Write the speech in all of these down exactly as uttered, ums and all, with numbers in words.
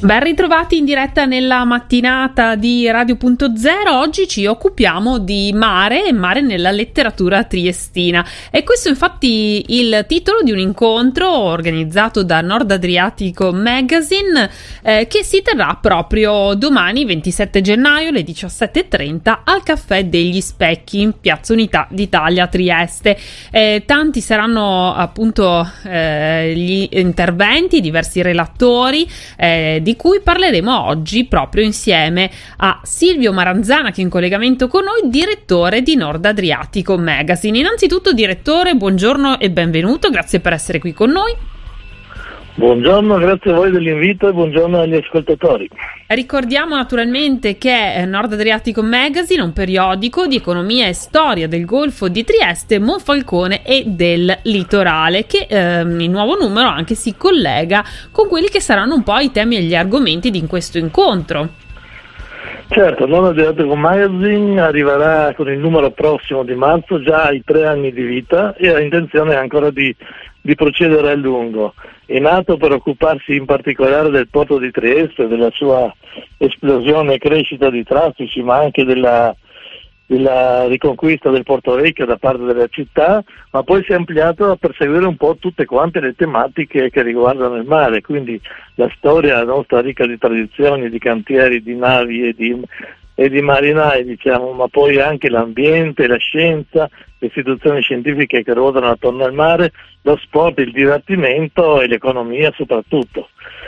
Ben ritrovati in diretta nella mattinata di Radio Punto Zero. Oggi ci occupiamo di mare e mare nella letteratura triestina. E questo infatti il titolo di un incontro organizzato da Nord Adriatico Magazine eh, che si terrà proprio domani ventisette gennaio alle diciassette e trenta al Caffè degli Specchi in Piazza Unità d'Italia a Trieste. Eh, tanti saranno appunto eh, gli interventi, diversi relatori eh, di cui parleremo oggi proprio insieme a Silvio Maranzana, che è in collegamento con noi, direttore di Nord Adriatico Magazine. Innanzitutto, direttore, buongiorno e benvenuto, grazie per essere qui con noi. Buongiorno, grazie a voi dell'invito e buongiorno agli ascoltatori. Ricordiamo naturalmente che Nord Adriatico Magazine è un periodico di economia e storia del Golfo di Trieste, Monfalcone e del litorale, che ehm, il nuovo numero anche si collega con quelli che saranno un po' i temi e gli argomenti di questo incontro. Certo, Nord Adriatico Magazine arriverà con il numero prossimo di marzo, già ai tre anni di vita, e ha intenzione ancora di, di procedere a lungo. È nato per occuparsi in particolare del porto di Trieste, della sua esplosione e crescita di traffici, ma anche della, della riconquista del Porto Vecchio da parte della città, ma poi si è ampliato a perseguire un po' tutte quante le tematiche che riguardano il mare, quindi la storia nostra ricca di tradizioni, di cantieri, di navi e di, e di marinai, diciamo, ma poi anche l'ambiente, la scienza, le istituzioni scientifiche che ruotano attorno al mare, lo sport, il divertimento e l'economia soprattutto.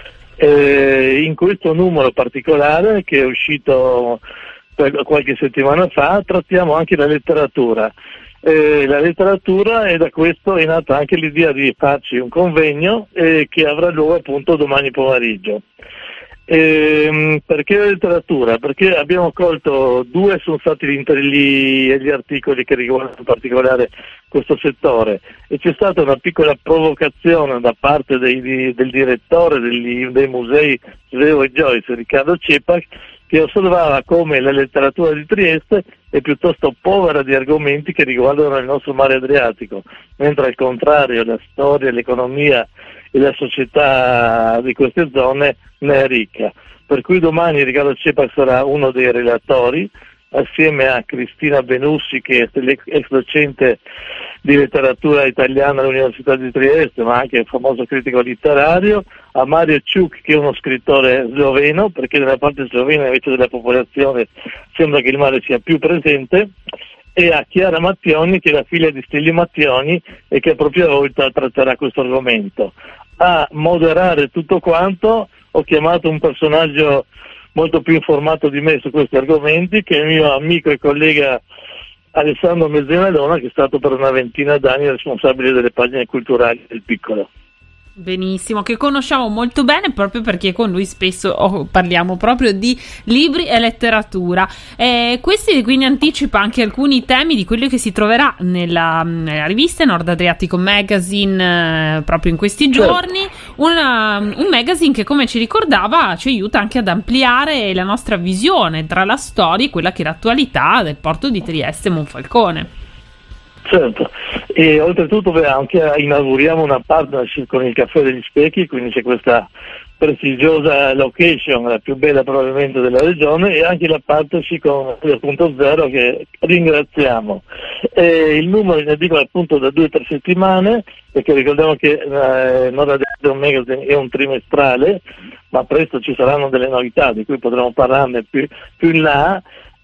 E in questo numero particolare, che è uscito qualche settimana fa, trattiamo anche la letteratura. Eh, la letteratura, e da questo è nata anche l'idea di farci un convegno eh, che avrà luogo appunto domani pomeriggio. Eh, perché la letteratura? Perché abbiamo colto, due sono stati gli, gli, gli articoli che riguardano in particolare questo settore, e c'è stata una piccola provocazione da parte dei, di, del direttore degli, dei musei Sveo e Joyce, Riccardo Cepac, che osservava come la letteratura di Trieste è piuttosto povera di argomenti che riguardano il nostro mare Adriatico, mentre al contrario la storia, l'economia e la società di queste zone ne è ricca. Per cui domani Riccardo Cepac sarà uno dei relatori, assieme a Cristina Benussi, che è ex docente di letteratura italiana all'Università di Trieste, ma anche famoso critico letterario, a Mario Ciuk, che è uno scrittore sloveno, perché nella parte slovena invece della popolazione sembra che il mare sia più presente, e a Chiara Mattioni, che è la figlia di Stelio Mattioni e che a propria volta tratterà questo argomento. A moderare tutto quanto ho chiamato un personaggio molto più informato di me su questi argomenti, che è il mio amico e collega Alessandro Mezzinalona, che è stato per una ventina d'anni responsabile delle pagine culturali del Piccolo. Benissimo, che conosciamo molto bene proprio perché con lui spesso oh, parliamo proprio di libri e letteratura. Eh, questi quindi anticipa anche alcuni temi di quello che si troverà nella, nella rivista Nord Adriatico Magazine eh, proprio in questi giorni. Certo. Una, un magazine che, come ci ricordava, ci aiuta anche ad ampliare la nostra visione tra la storia e quella che è l'attualità del porto di Trieste e Monfalcone. Certo, e oltretutto beh, anche inauguriamo una partnership con il Caffè degli Specchi, quindi c'è questa prestigiosa location, la più bella probabilmente della regione, e anche la partnership con Radio Punto Zero, che ringraziamo. E il numero è in edicola appunto da due o tre settimane, perché ricordiamo che eh, Nord Adriatico Magazine è un trimestrale, ma presto ci saranno delle novità di cui potremo parlarne più, più in là.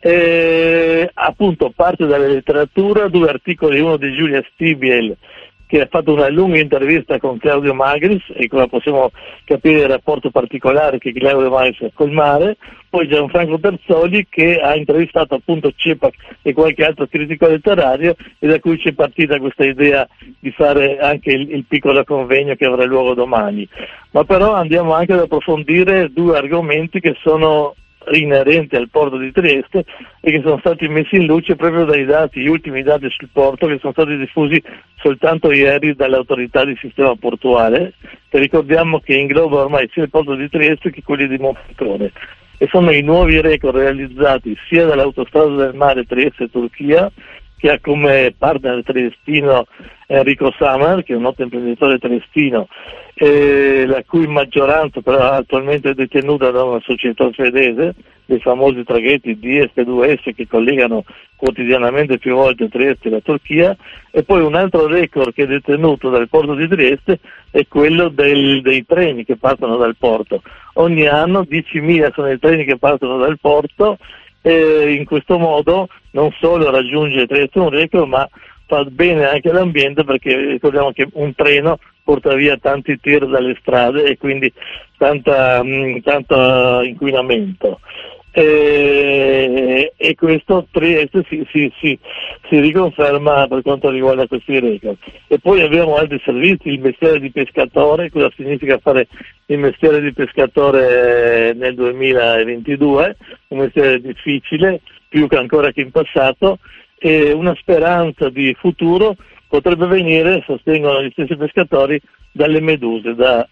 Eh, appunto parte dalla letteratura, due articoli, uno di Giulia Stibiel, che ha fatto una lunga intervista con Claudio Magris, e come possiamo capire il rapporto particolare che Claudio Magris ha col mare, poi Gianfranco Terzoli, che ha intervistato appunto Cepac e qualche altro critico letterario, e da cui c'è partita questa idea di fare anche il, il piccolo convegno che avrà luogo domani. Ma però andiamo anche ad approfondire due argomenti che sono inerenti al porto di Trieste e che sono stati messi in luce proprio dai dati, gli ultimi dati sul porto, che sono stati diffusi soltanto ieri dalle autorità di sistema portuale, e ricordiamo che ingloba ormai sia il porto di Trieste che quelli di Monfalcone, e sono i nuovi record realizzati sia dall'autostrada del mare Trieste-Turchia che ha come partner triestino Enrico Samar, che è un noto imprenditore triestino, eh, la cui maggioranza però attualmente è detenuta da una società svedese, dei famosi traghetti D S due S che collegano quotidianamente più volte Trieste e la Turchia. E poi un altro record che è detenuto dal porto di Trieste è quello del, dei treni che partono dal porto. Ogni anno diecimila sono i treni che partono dal porto, e in questo modo non solo raggiunge Trieste un record, ma fa bene anche all'ambiente, perché ricordiamo che un treno porta via tanti tir dalle strade e quindi tanta, mh, tanto inquinamento. E, e questo Trieste si, si, si, si riconferma per quanto riguarda questi record. E poi abbiamo altri servizi, il mestiere di pescatore. Cosa significa fare il mestiere di pescatore nel duemilaventidue? Un mestiere difficile, più che ancora che in passato, e una speranza di futuro potrebbe venire, sostengono gli stessi pescatori, dalle meduse, da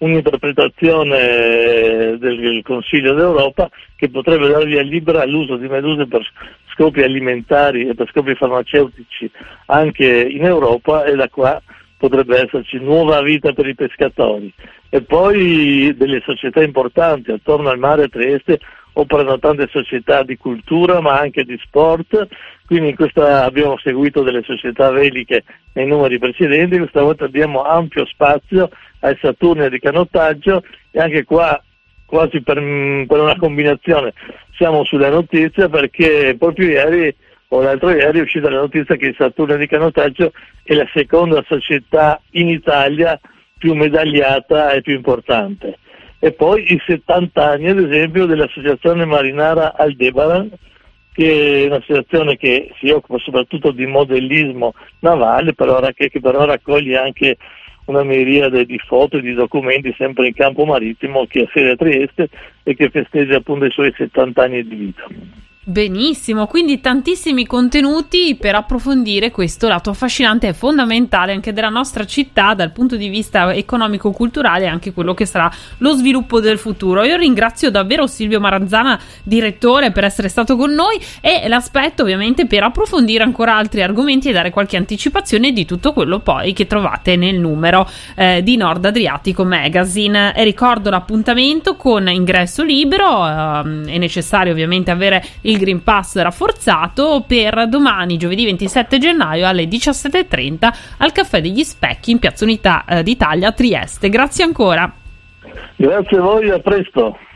un'interpretazione del Consiglio d'Europa che potrebbe dar via libera all'uso di meduse per scopi alimentari e per scopi farmaceutici anche in Europa, e da qua potrebbe esserci nuova vita per i pescatori. E poi delle società importanti attorno al mare a Trieste operano tante società di cultura ma anche di sport, quindi in questa abbiamo seguito delle società veliche nei numeri precedenti, questa volta abbiamo ampio spazio ai Saturnia di canottaggio, e anche qua quasi per, per una combinazione siamo sulla notizia, perché proprio ieri o l'altro ieri è uscita la notizia che il Saturnia di canottaggio è la seconda società in Italia più medagliata e più importante. E poi i settanta anni, ad esempio, dell'Associazione Marinara Aldebaran, che è un'associazione che si occupa soprattutto di modellismo navale, però che, che però raccoglie anche una miriade di foto e di documenti sempre in campo marittimo, che ha sede a Trieste e che festeggia appunto i suoi settanta anni di vita. Benissimo, quindi tantissimi contenuti per approfondire questo lato affascinante e fondamentale anche della nostra città dal punto di vista economico-culturale, e anche quello che sarà lo sviluppo del futuro. Io ringrazio davvero Silvio Maranzana, direttore, per essere stato con noi, e l'aspetto ovviamente per approfondire ancora altri argomenti e dare qualche anticipazione di tutto quello poi che trovate nel numero eh, di Nord Adriatico Magazine. E ricordo l'appuntamento con ingresso libero, eh, è necessario ovviamente avere il il Green Pass rafforzato per domani, giovedì ventisette gennaio alle diciassette e trenta al Caffè degli Specchi in Piazza Unità eh, d'Italia a Trieste. Grazie ancora. Grazie a voi, a presto.